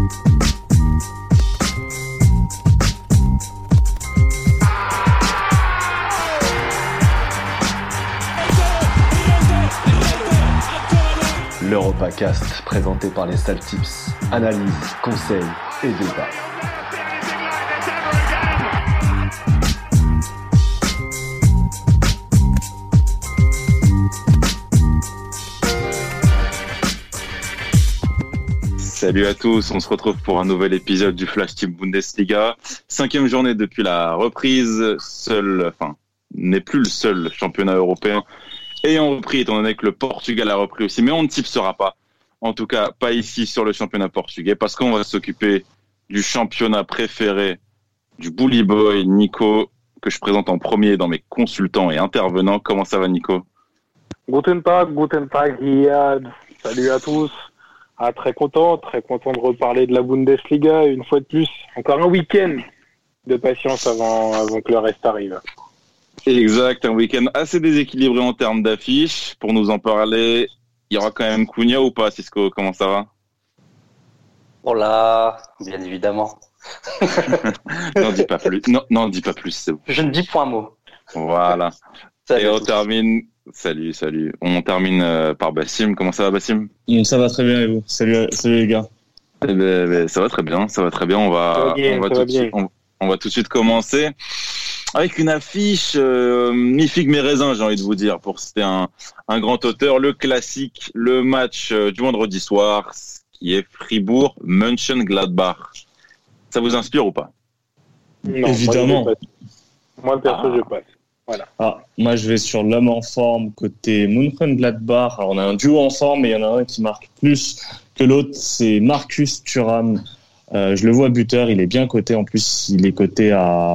L'EuropaCast, présenté par les Saltips. Analyse, conseils et débat. Salut à tous, on se retrouve pour un nouvel épisode du Flash Team Bundesliga. 5e journée depuis la reprise, n'est plus le seul championnat européen ayant repris, étant donné que le Portugal a repris aussi, mais on ne tipsera pas. En tout cas, pas ici sur le championnat portugais, parce qu'on va s'occuper du championnat préféré du Bully Boy, Nico, que je présente en premier dans mes consultants et intervenants. Comment ça va, Nico? Guten Tag, Riyad. Salut à tous. Très content de reparler de la Bundesliga une fois de plus. Encore un week-end de patience avant que le reste arrive. Exact, un week-end assez déséquilibré en termes d'affiches. Pour nous en parler, il y aura quand même Cunha ou pas, Cisco? Comment ça va? Hola, bien évidemment. Non, dis pas plus. Non, dis pas plus. C'est bon. Je ne dis point mot. Voilà. Salut. Et on termine. Salut. On termine par Bassim. Comment ça va, Bassim? Ça va très bien, et vous? Salut les gars. Ça va très bien. On va tout de suite commencer avec une affiche mi-figue mi-raisin, j'ai envie de vous dire, pour citer un grand auteur, le classique, le match du vendredi soir, qui est Fribourg-Mönchengladbach. Ça vous inspire ou pas? Non, évidemment. Moi, perso, je passe. Voilà. Moi, je vais sur l'homme en forme côté Mönchengladbach. Alors, on a un duo en forme, mais il y en a un qui marque plus que l'autre, c'est Marcus Thuram. Je le vois buteur, il est bien coté. En plus, il est coté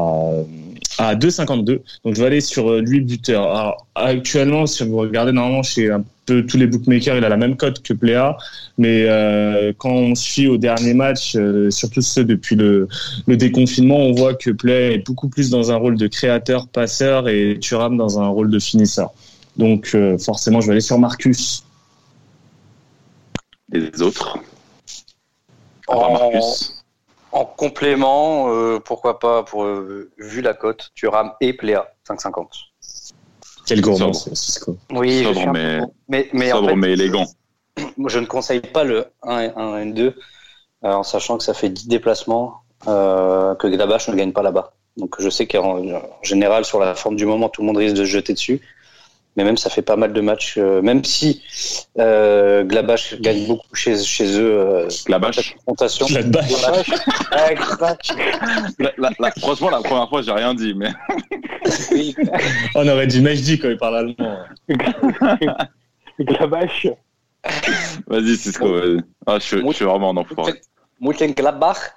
à 2,52. Donc, je vais aller sur lui buteur. Alors, actuellement, si vous regardez normalement chez un peu tous les bookmakers, il a la même cote que Pléa. Mais quand on suit au dernier match, surtout ceux depuis le déconfinement, on voit que Pléa est beaucoup plus dans un rôle de créateur, passeur et Thuram dans un rôle de finisseur. Donc, forcément, je vais aller sur Marcus. Les autres? Marcus. En complément, pourquoi pas, vu la cote, Thuram et Pléa, 5,50. Quel gourmand, c'est Cisco. Oui, sobre, mais sobre, en fait, mais élégant. Moi, je ne conseille pas le 1 et 2, en sachant que ça fait 10 déplacements, que Gladbach ne gagne pas là-bas. Donc je sais qu'en général, sur la forme du moment, tout le monde risque de se jeter dessus. Mais même, ça fait pas mal de matchs. Même si Gladbach gagne beaucoup chez eux. Gladbach. Confrontation. Gladbach. Franchement, la première fois, j'ai rien dit, mais. Oui. On aurait dit Majdi quand il parle allemand. Gladbach. Vas-y, Cisco. Vas-y. Je suis vraiment en enfoiré. Mönchengladbach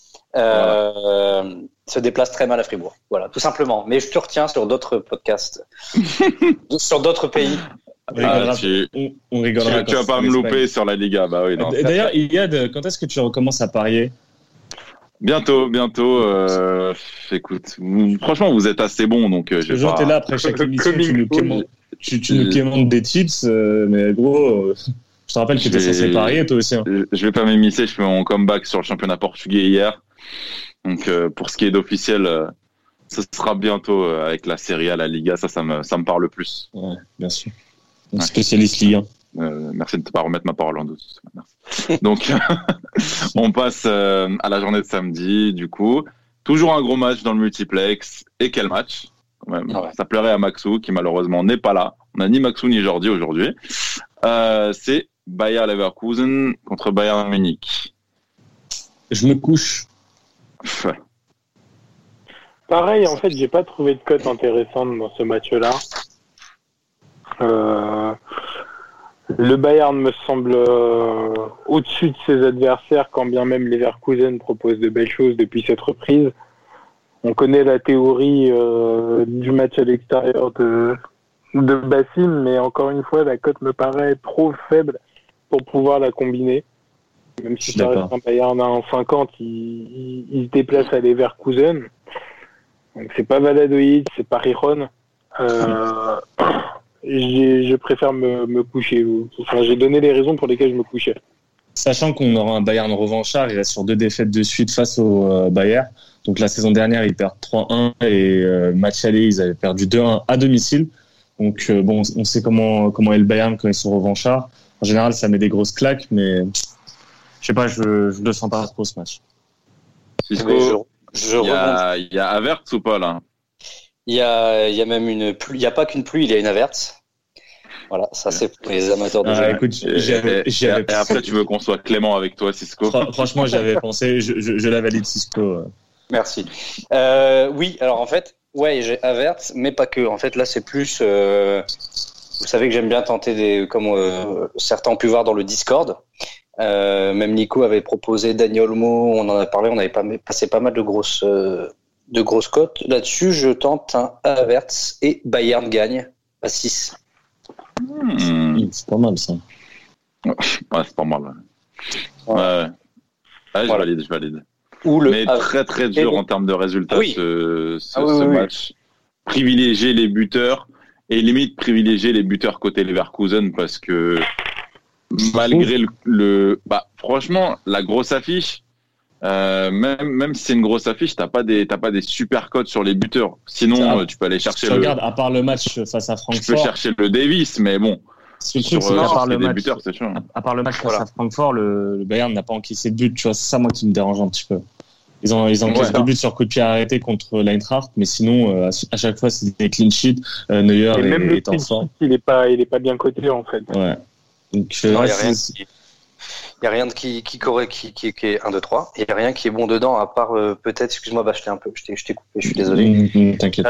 se déplace très mal à Fribourg. Voilà, tout simplement. Mais je te retiens sur d'autres podcasts, sur d'autres pays. On rigolera. Tu vas pas me louper sur la Liga. Bah oui, non. D'ailleurs, Iliad, quand est-ce que tu recommences à parier? Bientôt. Écoute, franchement, vous êtes assez bon, donc je vais Toujours, pas. t'es là après chaque émission, tu nous quémandes des tips, mais gros, je te rappelle que t'es censé parier toi aussi. Hein. Je vais pas m'immiscer, je fais mon comeback sur le championnat portugais hier. Donc pour ce qui est d'officiel, ce sera bientôt avec la Serie A, la Liga, ça me parle plus. Ouais, bien sûr. Un spécialiste Ligue 1. Merci de ne pas remettre ma parole en doute. Merci. Donc on passe à la journée de samedi, du coup. Toujours un gros match dans le multiplex. Et quel match quand même. Ouais. Ça plairait à Maxou, qui malheureusement n'est pas là. On n'a ni Maxou ni Jordi aujourd'hui. C'est Bayer Leverkusen contre Bayern Munich. Je me couche. Pareil, en fait, j'ai pas trouvé de cote intéressante dans ce match-là. Le Bayern me semble au-dessus de ses adversaires, quand bien même Leverkusen propose de belles choses depuis cette reprise. On connaît la théorie du match à l'extérieur de Bassim, mais encore une fois, la cote me paraît trop faible pour pouvoir la combiner. Même si ça reste un Bayern à 1,50, il se déplace à Leverkusen. Donc c'est pas Valadoïd, c'est pas Rijon. Je préfère me coucher. Enfin, j'ai donné les raisons pour lesquelles je me couchais. Sachant qu'on aura un Bayern revanchard, il reste sur 2 défaites de suite face au Bayern. Donc la saison dernière, ils perdent 3-1 et match aller, ils avaient perdu 2-1 à domicile. Donc bon, on sait comment est le Bayern quand ils sont revanchards. En général, ça met des grosses claques, mais je sais pas, je le sens pas trop ce match. Cisco, il y a Havertz ou pas là? Il y a même une pluie. Il n'y a pas qu'une pluie, il y a une averse. Voilà, ça c'est pour les amateurs de jeu. Écoute, et après, tu veux qu'on soit clément avec toi, Cisco? Franchement, j'avais pensé, je la valide, Cisco. Merci. Oui, alors en fait, ouais, j'ai Havertz, mais pas que. En fait, là, c'est plus. Vous savez que j'aime bien tenter comme certains ont pu voir dans le Discord. Même Nico avait proposé Daniel Olmo, on en a parlé, on avait passé pas mal de grosses cotes. Là-dessus, je tente un Havertz et Bayern gagne à 6. C'est pas mal ça. Ouais, c'est pas mal. Ouais, je valide. Mais très très dur en termes de résultats ce match. Privilégier les buteurs et limite privilégier les buteurs côté Leverkusen parce que malgré franchement la grosse affiche, même si c'est une grosse affiche, t'as pas des super codes sur les buteurs. Sinon, tu peux aller chercher regarde, à part le match face à Francfort. Tu peux chercher le Davis, mais bon. C'est à part le match, buteurs, c'est sûr. À part le match face à Francfort, le Bayern n'a pas encaissé de but. Tu vois, c'est ça moi qui me dérange un petit peu. Ils ont encaissé 2 buts sur coup de pied arrêté contre l'Eintracht, mais sinon à chaque fois c'est des clean sheets. Neuer est en forme. Il est pas bien coté en fait. Ouais. Donc il y a rien qui est 1 2 3 et il y a rien qui est bon dedans à part peut-être, excuse-moi, je t'ai coupé, je suis désolé. T'inquiète.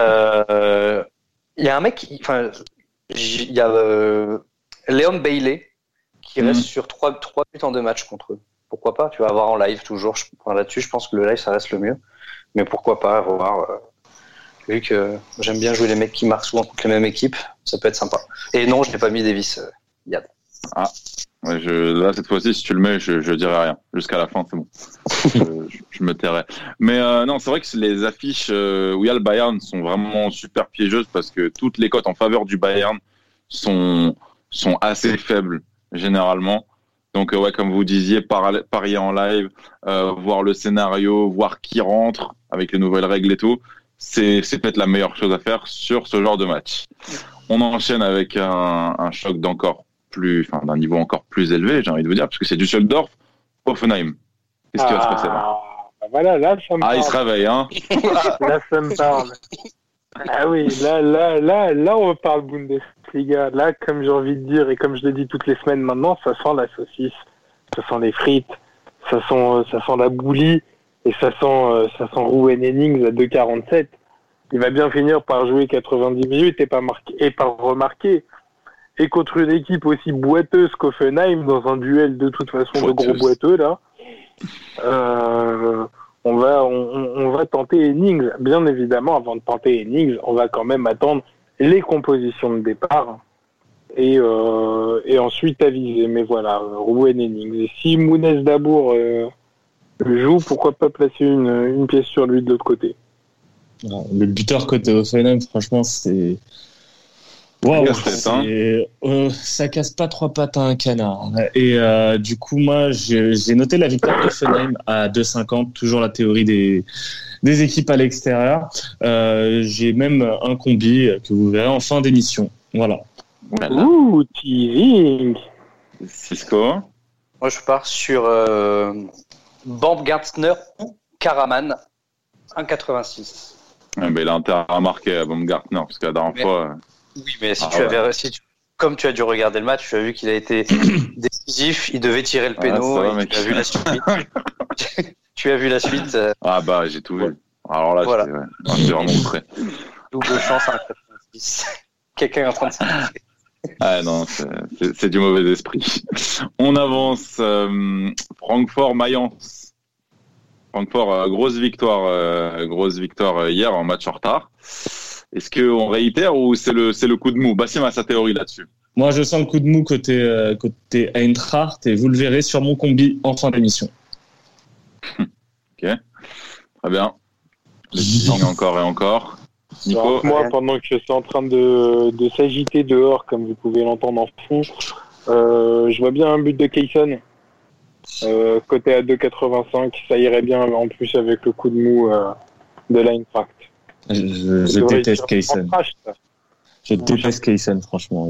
Il y a un mec il y a Léon Bailey qui reste sur 3 buts en 2 matchs contre eux. Pourquoi pas, tu vas avoir en live toujours. Là-dessus, je pense que le live, ça reste le mieux. Mais pourquoi pas revoir. Vu que j'aime bien jouer les mecs qui marquent souvent contre la même équipe, ça peut être sympa. Et non, je n'ai pas mis Davis. Yad. Ah, ouais, là, cette fois-ci, si tu le mets, je dirai rien. Jusqu'à la fin, c'est bon. je me tairai. Mais non, c'est vrai que les affiches où il y a le Bayern sont vraiment super piégeuses parce que toutes les cotes en faveur du Bayern sont assez faibles, généralement. Donc, ouais, comme vous disiez, parier en live, voir le scénario, voir qui rentre avec les nouvelles règles et tout, c'est peut-être la meilleure chose à faire sur ce genre de match. On enchaîne avec un choc d'un niveau encore plus élevé, j'ai envie de vous dire, parce que c'est Düsseldorf, Hoffenheim. Qu'est-ce qui va se passer là? Voilà, là, ça me parle. Il se réveille, hein. Là, ça me parle. Ah oui, là, on parle Bundesliga. Là, comme j'ai envie de dire, et comme je le dis toutes les semaines maintenant, ça sent la saucisse, ça sent les frites, ça sent la bouillie, et ça sent Ruben Hennings à 2,47. Il va bien finir par jouer 90 minutes et par remarquer. Et contre une équipe aussi boiteuse qu'Hoffenheim, dans un duel de toute façon de gros boiteux, là, on va tenter Hennings. Bien évidemment, avant de tenter Hennings, on va quand même attendre les compositions de départ et ensuite aviser. Mais voilà, Ruben Hennings. Et si Mounès Dabour joue, pourquoi pas placer une pièce sur lui de l'autre côté? Le buteur côté Hoffenheim, franchement, c'est... Wow, ça casse pas 3 pattes à un canard. Et du coup, moi, j'ai noté la victoire d'Hoffenheim à 2,50, toujours la théorie des équipes à l'extérieur. J'ai même un combi que vous verrez en fin d'émission. Voilà. Ouh, teasing. Cisco. Moi, je pars sur Baumgartner ou Karaman, 1,86. Il a intérêt à marquer à Baumgartner, parce que la dernière fois... Oui, mais comme tu as dû regarder le match, tu as vu qu'il a été décisif, il devait tirer le péno, tu as vu la suite. Tu as vu la suite. J'ai tout vu. Alors là, voilà. J'étais vraiment prêt. Double chance à 1,86. Quelqu'un est en train de s'inquiéter. Ah non, c'est du mauvais esprit. On avance. Francfort-Mayence. Francfort, grosse victoire hier en match en retard. Est-ce qu'on réitère ou c'est le coup de mou? Bassim a sa théorie là-dessus. Moi, je sens le coup de mou côté Eintracht et vous le verrez sur mon combi en fin d'émission. Ok, très bien. Le teasing encore et encore. Nico. Alors, moi, pendant que je suis en train de s'agiter dehors, comme vous pouvez l'entendre en fond, je vois bien un but de Kayson. Côté à 2,85, ça irait bien en plus avec le coup de mou de l'Eintracht. Je déteste Kaysen. Je déteste Kaysen, franchement.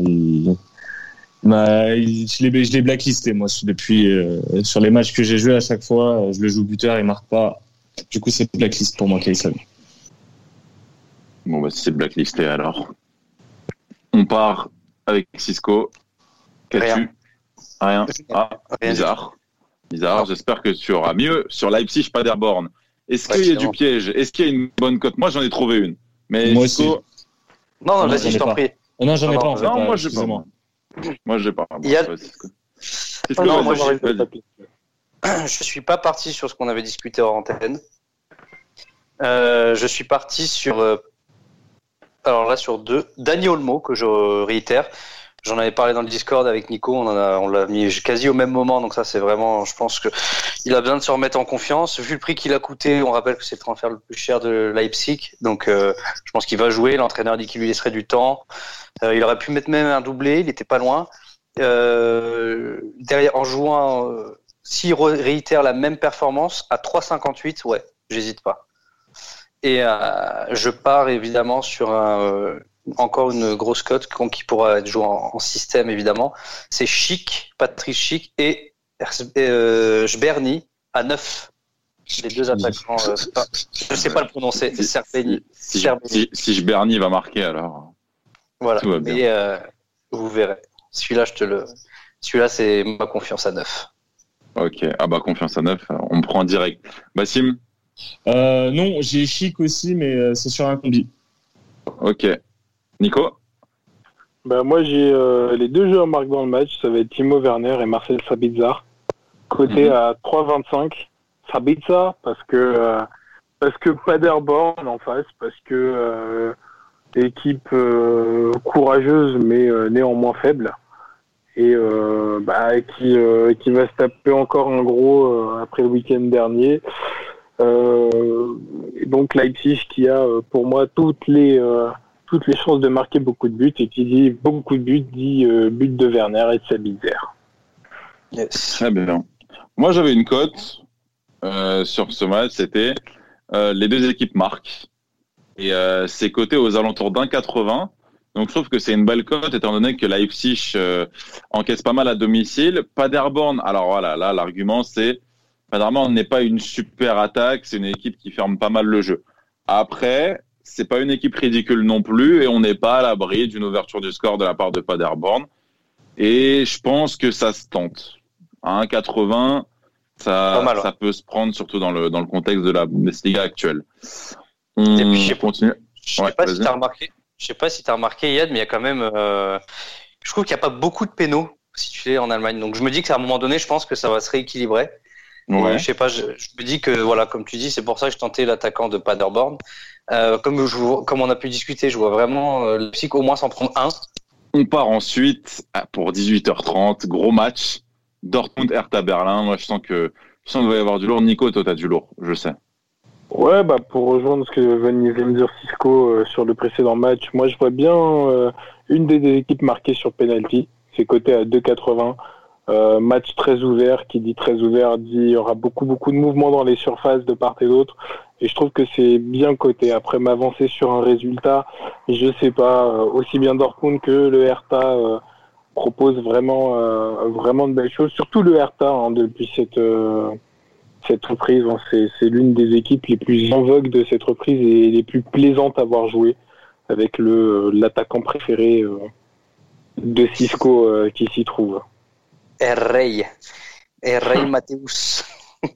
Je l'ai blacklisté, moi, depuis sur les matchs que j'ai joués à chaque fois. Je le joue buteur, il marque pas. Du coup, c'est blacklist pour moi, Kaysen. Bon, bah, c'est blacklisté alors. On part avec Cisco. Qu'as-tu ? Rien. Ah, bizarre. Bizarre. J'espère que tu auras mieux sur Leipzig, Paderborn. Est-ce qu'il y a du piège ? Est-ce qu'il y a une bonne cote ? Moi, j'en ai trouvé une. Mais moi Cisco... aussi. Non, vas-y, je t'en prie. Non, j'en ai pas en fait. Non, moi, je sais pas. Moi, je l'ai pas. Je suis pas parti sur ce qu'on avait discuté hors antenne. Je suis parti sur alors là sur 2 Dani Olmo que je réitère. J'en avais parlé dans le Discord avec Nico, on l'a mis quasi au même moment, donc ça c'est vraiment, je pense que il a besoin de se remettre en confiance. Vu le prix qu'il a coûté, on rappelle que c'est le transfert le plus cher de Leipzig, donc je pense qu'il va jouer. L'entraîneur dit qu'il lui laisserait du temps. Il aurait pu mettre même un doublé, il était pas loin. Derrière, en jouant, s'il réitère la même performance à 3,58, ouais, j'hésite pas. Et je pars évidemment sur encore une grosse cote qui pourra être jouée en système évidemment. C'est Schick, Patrice Schick et Jberny à 9. Les deux attaquants. Je sais pas le prononcer. C'est Serbeni. Si Jberny va marquer alors. Voilà. Mais vous verrez. Celui-là, c'est ma confiance à 9. Ok. Ah bah confiance à 9. On me prend en direct. Bassim. Non, j'ai Chic aussi, mais c'est sur un combi. Ok. Nico. Bah moi j'ai les deux joueurs marquent dans le match, ça va être Timo Werner et Marcel Sabitzer. Côté à 3,25. Sabitzer parce que Paderborn en face, parce que équipe courageuse mais néanmoins faible et qui va se taper encore un gros après le week-end dernier. Et donc Leipzig qui a pour moi toutes les chances de marquer beaucoup de buts, et qui dit beaucoup de buts dit but de Werner et de Sabitzer. Yes. Très bien. Moi j'avais une cote sur ce match, c'était les deux équipes marquent, et c'est coté aux alentours d'1,80. Donc je trouve que c'est une belle cote étant donné que Leipzig encaisse pas mal à domicile. Paderborn, alors voilà, là l'argument c'est Paderborn n'est pas une super attaque, c'est une équipe qui ferme pas mal le jeu. Après, c'est pas une équipe ridicule non plus, et on n'est pas à l'abri d'une ouverture du score de la part de Paderborn. Et je pense que ça se tente. À 1,80, ça peut se prendre, surtout dans le contexte de la Bundesliga actuelle. Et puis je continue. Je sais pas si tu as remarqué, Yad, mais il y a quand même. Je trouve qu'il n'y a pas beaucoup de pénaux situés en Allemagne. Donc je me dis qu'à un moment donné, je pense que ça va se rééquilibrer. Ouais. Je sais pas, je me dis que voilà, comme tu dis, c'est pour ça que je tentais l'attaquant de Paderborn. Comme on a pu discuter, je vois vraiment Leipzig au moins s'en prendre un. On part ensuite pour 18h30, gros match, Dortmund-Hertha Berlin. Moi, je sens qu'il va y avoir du lourd. Nico, toi, t'as du lourd, je sais. Ouais, bah pour rejoindre ce que venait de dire Cisco sur le précédent match, moi je vois bien une des deux équipes marquées sur penalty. C'est coté à 2,80. Match très ouvert, qui dit très ouvert dit il y aura beaucoup de mouvements dans les surfaces de part et d'autre, et je trouve que c'est bien coté. Après m'avancer sur un résultat, je sais pas, aussi bien Dortmund que le Hertha propose vraiment de belles choses, surtout le Hertha depuis cette reprise. C'est l'une des équipes les plus en vogue de cette reprise et les plus plaisantes à voir jouer, avec l'attaquant préféré de Cisco qui s'y trouve. Rey Mateus.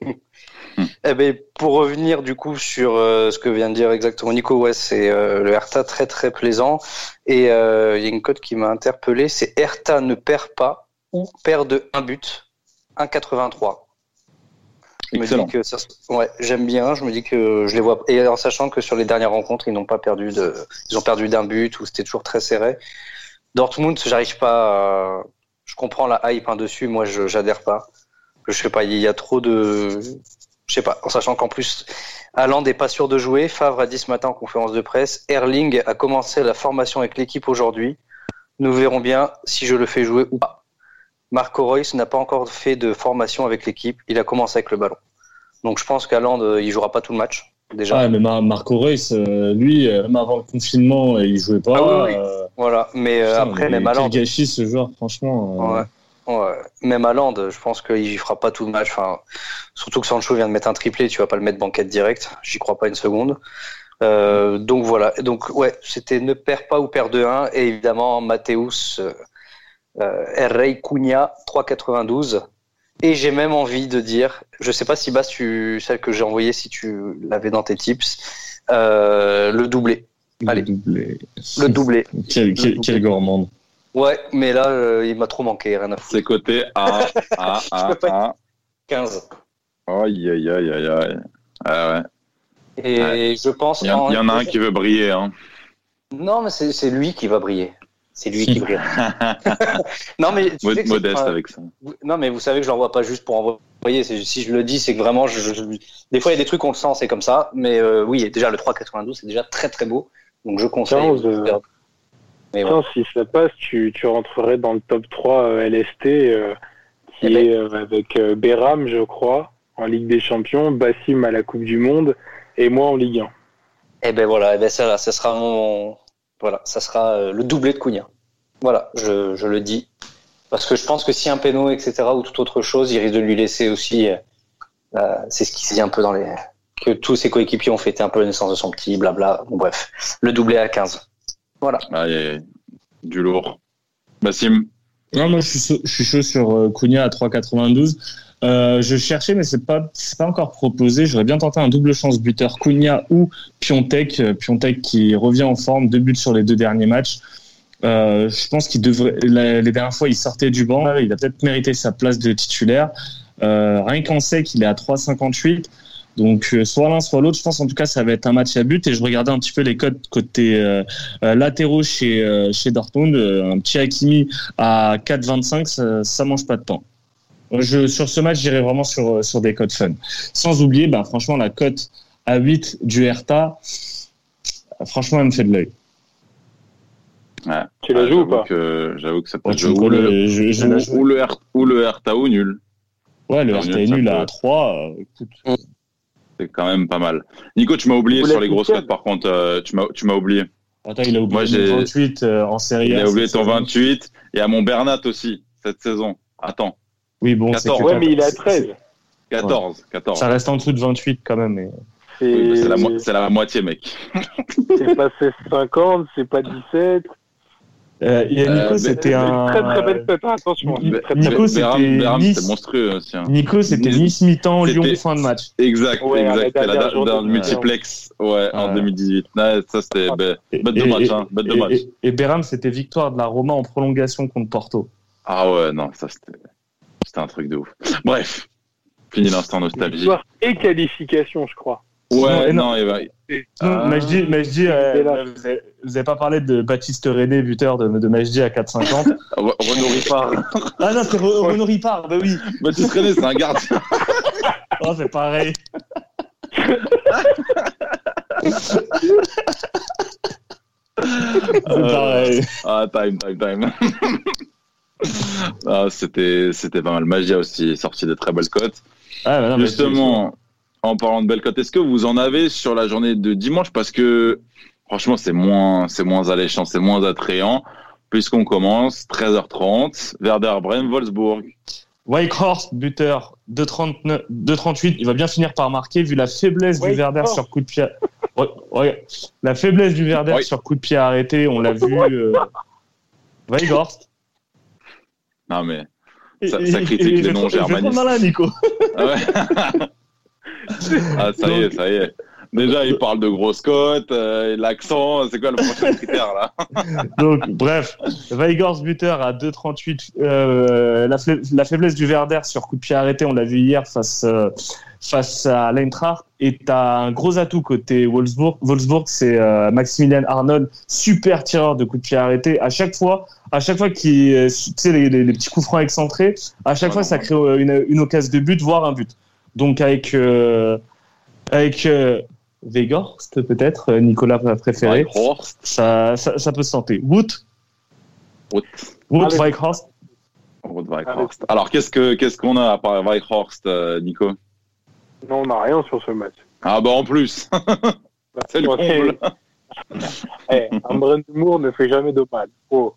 Eh ben, pour revenir du coup sur ce que vient de dire exactement Nico, ouais, c'est le Hertha très très plaisant, et il y a une cote qui m'a interpellé, c'est Hertha ne perd pas ou perd de 1 but, 1,83. Je me dis que j'aime bien, je me dis que je les vois, et en sachant que sur les dernières rencontres ils ont perdu d'un but, ou c'était toujours très serré. Dortmund, j'arrive pas je comprends la hype dessus, moi j'adhère pas. Je sais pas, il y a trop de... Je sais pas, en sachant qu'en plus, Haaland n'est pas sûr de jouer. Favre a dit ce matin en conférence de presse, Erling a commencé la formation avec l'équipe aujourd'hui. Nous verrons bien si je le fais jouer ou pas. Marco Reus n'a pas encore fait de formation avec l'équipe. Il a commencé avec le ballon. Donc je pense qu'Haaland, il jouera pas tout le match. Déjà. Ah, mais Marco Reus, lui, même avant le confinement, il jouait pas. Ah oui. Voilà. Mais après, même Haaland. Quel gâchis ce joueur, franchement. Ouais. Même Haaland, je pense qu'il fera pas tout le match. Enfin, surtout que Sancho vient de mettre un triplé, tu vas pas le mettre banquette direct. J'y crois pas une seconde. Donc voilà. Donc ouais, c'était ne perds pas ou perds de 1. Et évidemment, Mathéus, Rey Cunha, 3,92. Et j'ai même envie de dire, je sais pas si Bas, celle que j'ai envoyée, si tu l'avais dans tes tips, le doublé. Allez. Le doublé. Quelle gourmande. Ouais, mais là, il m'a trop manqué, rien à foutre. C'est côté A. 15. Aïe. Ah ouais. Et je pense... Il y en a un qui veut briller. Hein. Non, mais c'est lui qui va briller. C'est lui qui brille. Non, mais modeste avec ça. Non, mais vous savez que je l'envoie pas juste pour envoyer. Si je le dis, c'est que vraiment, des fois, il y a des trucs, on le sent, c'est comme ça. Mais oui, déjà, le 3,92, c'est déjà très, très beau. Donc, je conseille. 15, mais ouais. Si ça passe, tu rentrerais dans le top 3 LST, qui est avec Beram, je crois, en Ligue des Champions, Bassim à la Coupe du Monde, et moi en Ligue 1. Et ben voilà, ça sera ça sera le doublé de Cunha. Voilà, je le dis. Parce que je pense que si un péno, etc., ou toute autre chose, il risque de lui laisser aussi. C'est ce qui se dit un peu que tous ses coéquipiers ont fêté un peu la naissance de son petit, blabla. Bon, bref, le doublé à 15. Voilà. Du lourd. Bassim. Non, moi je suis chaud sur Cunha à 3,92. Je cherchais, mais c'est pas encore proposé. J'aurais bien tenté un double chance buteur Cunha ou Piontek. Piontek qui revient en forme, 2 buts sur les 2 derniers matchs. Je pense qu'il devrait. Les dernières fois, il sortait du banc. Il a peut-être mérité sa place de titulaire. Rien qu'en sec, il est à 3,58. Donc soit l'un, soit l'autre. Je pense en tout cas, ça va être un match à but. Et je regardais un petit peu les codes côté latéraux chez Dortmund. Un petit Hakimi à 4,25, ça mange pas de temps. Sur ce match, j'irai vraiment sur des cotes fun. Sans oublier, franchement, la cote à 8 du Hertha, franchement, elle me fait de l'œil. Ouais. Tu la joues ou pas? J'avoue que ça peut jouer ou le Hertha ou nul. Ouais, le Hertha est nul à 3. Écoute. C'est quand même pas mal. Nico, tu m'as oublié sur les grosses cotes, par contre, tu m'as oublié. Attends, il a oublié mon 28 en Série A. Il a oublié ton 28 et à mon Bernat aussi, cette saison. Attends. Oui, bon, 14. Ouais, mais il est à 13. 14. Ça reste en dessous de 28 quand même. Mais... Oui, c'est la moitié, mec. C'est pas 16,50, c'est pas 17. Nico, c'était un... Très très belle cote, attention. Nico, c'était Nice. C'était monstrueux aussi. Hein. Nico, c'était Nice mi-temps, Lyon fin de match. Exact. C'était la dernière multiplex en 2018. Ouais, ça, c'était bête de match. Et Beram, c'était victoire de la Roma en prolongation contre Porto. Ah ouais, non, ça, c'était un truc de ouf. Bref, fini l'instant nostalgie. Victoire et qualification, je crois. Ouais, non, Majdi, vous avez pas parlé de Baptiste René, buteur de Majdi à 4,50. Renaud Ripard. Ah non, c'est Renaud Ripard, bah oui. Baptiste René, c'est un gardien. Oh, c'est pareil. C'est pareil. Time. C'était pas mal. Magia aussi sorti de très belles cotes. Justement, en parlant de belles cotes, est-ce que vous en avez sur la journée de dimanche? Parce que franchement, c'est moins alléchant, c'est moins attrayant. Puisqu'on commence 13h30, Werder Bremen, Wolfsburg. Weghorst, buteur, 2,38. Il va bien finir par marquer vu la faiblesse du Werder sur coup de pied. La faiblesse du Werder sur coup de pied arrêté, on l'a vu. Weghorst. Non mais ça critique les noms germanistes. Je vais malin, Nico. Ah ouais. Ça y est. Déjà, il parle de grosses cotes, l'accent, c'est quoi le prochain critère là? Donc, bref, Weghorst buteur à 2,38. La faiblesse du Werder sur coup de pied arrêté, on l'a vu hier face à l'Eintracht. Et t'as un gros atout côté Wolfsburg. Wolfsburg, c'est Maximilian Arnold, super tireur de coup de pied arrêté. À chaque fois qu'il, tu sais, les petits coups francs excentrés, à chaque fois, ça crée une occasion de but, voire un but. Donc, avec Weghorst, peut-être, Nicolas préféré, ça peut se tenter. Wout, Weghorst. Rode Weighorst. Alors, qu'est-ce qu'on a à part Weighorst, Nico? Non, on n'a rien sur ce match. Ah bah en plus. C'est le comble. Un brin d'humour ne fait jamais de mal. Oh.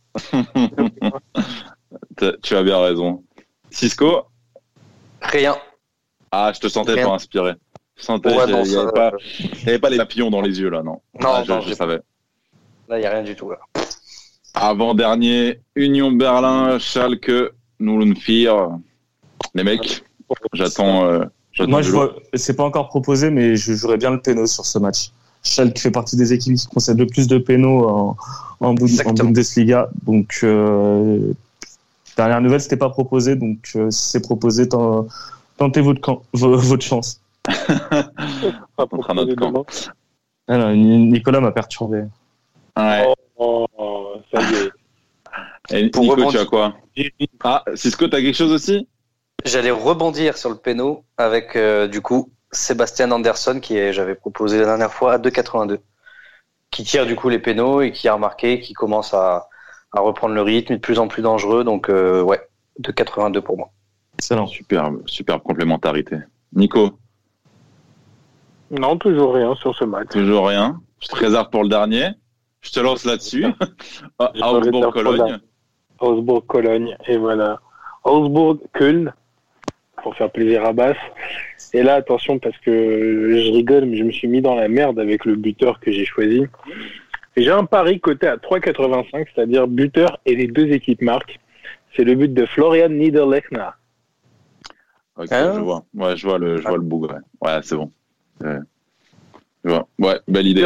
Tu as bien raison. Cisco? Rien. Ah, je te sentais Rien. pas inspiré. Je sentais, Ouais, il non, n'y avait pas les papillons dans les yeux, là, non. Non, je savais. Là, il n'y a rien du tout. Là. Avant-dernier, Union Berlin, Schalke, 04. Les mecs, j'attends Moi, du lot. c'est pas encore proposé, mais je jouerais bien le péno sur ce match. Schalke fait partie des équipes qui concèdent le plus de pénos en Bundesliga. Donc, dernière nouvelle, c'était pas proposé. Donc, si c'est proposé, tentez votre chance. Contre un autre camp. Ah non, Nicolas m'a perturbé. Ouais. Oh, ça y est. Et Pour Nico, rebondir. tu as quoi? Ah, Cisco, t'as quelque chose aussi? J'allais rebondir sur le péno avec, du coup, Sébastien Andersson, j'avais proposé la dernière fois à 2,82. Qui tire, du coup, les pénos et qui a remarqué, qui commence à reprendre le rythme, de plus en plus dangereux. Donc, 2,82 pour moi. Excellent. Superbe complémentarité. Nico? Non, toujours rien sur ce match. Toujours rien. Je te réserve pour le dernier. Je te lance là-dessus. Augsbourg-Cologne. Augsbourg-Cologne, et voilà. Augsbourg-Köln, pour faire plaisir à Bass. Et là, attention, parce que je rigole, mais je me suis mis dans la merde avec le buteur que j'ai choisi. Et j'ai un pari coté à 3,85, c'est-à-dire buteur et les deux équipes marquent. C'est le but de Florian Niederlechner. Ok, je vois. Ouais, je vois le bougre. Ouais, c'est bon. Je vois. Ouais, belle idée.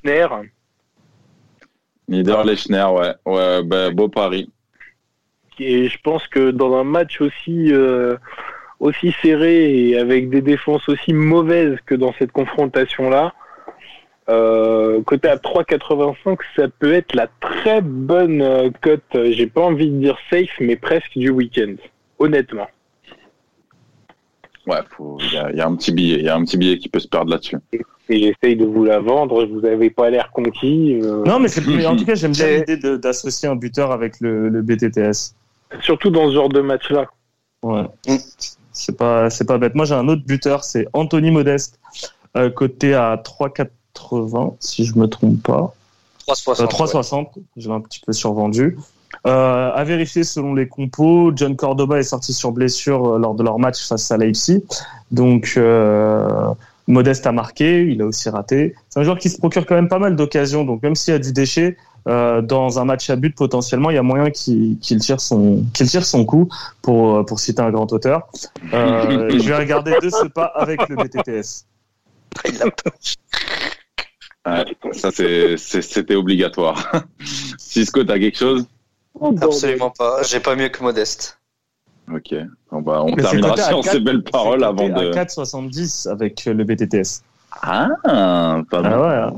Niederlechner, ouais. Ouais, bah, beau pari. Et je pense que dans un match aussi serré et avec des défenses aussi mauvaises que dans cette confrontation-là, côté à 3,85, ça peut être la très bonne cote. J'ai pas envie de dire safe, mais presque du week-end, honnêtement. Ouais, il y a un petit billet. Il y a un petit billet qui peut se perdre là-dessus. Et j'essaye de vous la vendre. Vous avez pas l'air conquis. Non, mais en tout cas, j'aime bien l'idée d'associer un buteur avec le BTTS. Surtout dans ce genre de match-là. Ouais. C'est pas bête. Moi, j'ai un autre buteur, c'est Anthony Modeste, coté à 3,80, si je me trompe pas. 3,60. Je l'ai un petit peu survendu. À vérifier selon les compos, John Cordoba est sorti sur blessure lors de leur match face à Leipzig. Donc, Modeste a marqué, il a aussi raté. C'est un joueur qui se procure quand même pas mal d'occasions. Donc, même s'il y a du déchet, dans un match à but, potentiellement, il y a moyen qu'il tire son coup, pour citer un grand auteur. Je vais regarder de ce pas avec le BTTS. Ouais, ça, c'était obligatoire. Cisco, t'as quelque chose? Absolument pas. J'ai pas mieux que Modeste. Ok. Bon, bah, on terminera sur ces belles paroles avant de. À 4,70 avec le BTTS. Ah, pas mal.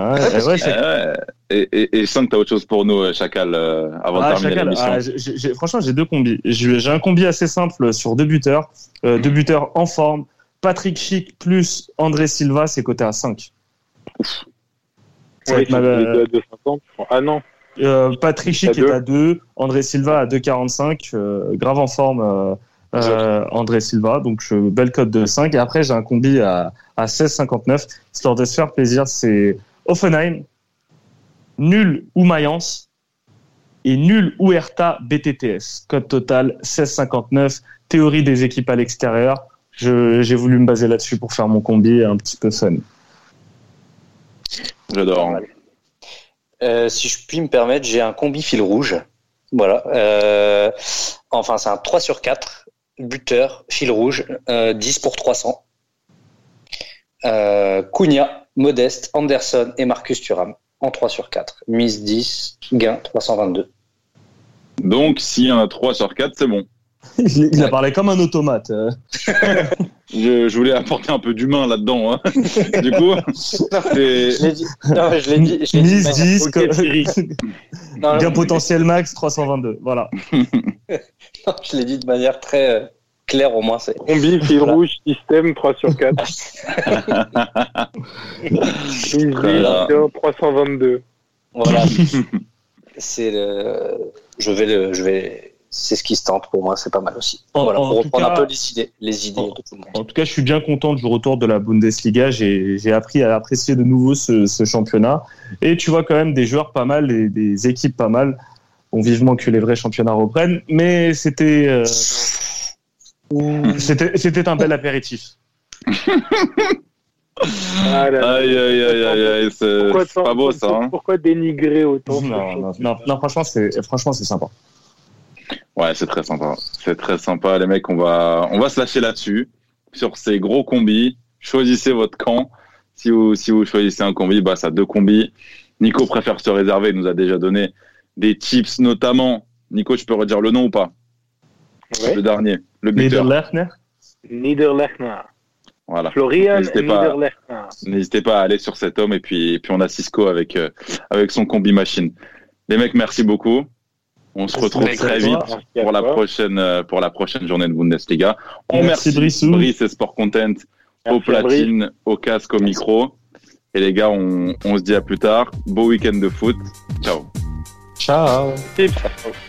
Et Sam, t'as autre chose pour nous, Chacal, avant de terminer l'émission? Franchement, j'ai deux combis. J'ai un combi assez simple sur deux buteurs. Deux buteurs en forme. Patrick Schick plus André Silva, c'est coté à 5. Ouf. Ouais, les deux à 2,50. Ah non. Patrick Schick est à 2, André Silva à 2,45, grave en forme André Silva, donc belle cote de 5. Et après j'ai un combi à 16,59, histoire de se faire plaisir, c'est Offenheim, nul ou Mayence et nul ou Hertha BTTS. Cote totale 16,59, théorie des équipes à l'extérieur. J'ai voulu me baser là-dessus pour faire mon combi un petit peu fun. J'adore. Si je puis me permettre, j'ai un combi fil rouge. Voilà. Enfin, c'est un 3 sur 4. Buteur, fil rouge, 10 pour 300. Cunha, Modeste, Anderson et Marcus Thuram en 3 sur 4. Mise 10, gain 322. Donc, s'il y en a 3 sur 4, c'est bon. Il a parlé comme un automate. Je voulais apporter un peu d'humain là-dedans. Hein. Du coup, je l'ai dit. Mise 10, gain potentiel max 322. Voilà. Non, je l'ai dit de manière très claire, au moins. Combi, fil rouge, système 3 sur 4. Mise 10, 322. Voilà. Je vais c'est ce qui se tente pour moi, c'est pas mal aussi. En Pour tout reprendre cas- un peu les idées de tout le monde. En tout cas, je suis bien content du retour de la Bundesliga. J'ai appris à apprécier de nouveau ce championnat. Et tu vois quand même des joueurs pas mal et des équipes pas mal. Bon, vivement que les vrais championnats reprennent. Mais c'était un bel apéritif. Ah là là. Aïe, c'est pas beau ça. Hein. Pourquoi dénigrer autant? Non, franchement, c'est sympa. Ouais, c'est très sympa. C'est très sympa, les mecs. On va se lâcher là-dessus. Sur ces gros combis. Choisissez votre camp. Si vous choisissez un combi, bah, ça a 2 combis. Nico préfère se réserver. Il nous a déjà donné des tips, notamment. Nico, tu peux redire le nom ou pas? Ouais. Le dernier. Le buteur. Niederlechner. Voilà. Florian N'hésitez Niederlechner. pas à aller sur cet homme. Et puis on a Cisco avec son combi machine. Les mecs, merci beaucoup. On se retrouve Merci très à vite toi. pour la prochaine journée de Bundesliga. On Merci, remercie Brissou. Brice et Sport Content au Merci à platine, au casque, au micro. Et les gars, on se dit à plus tard. Beau week-end de foot. Ciao. Ciao. Tips.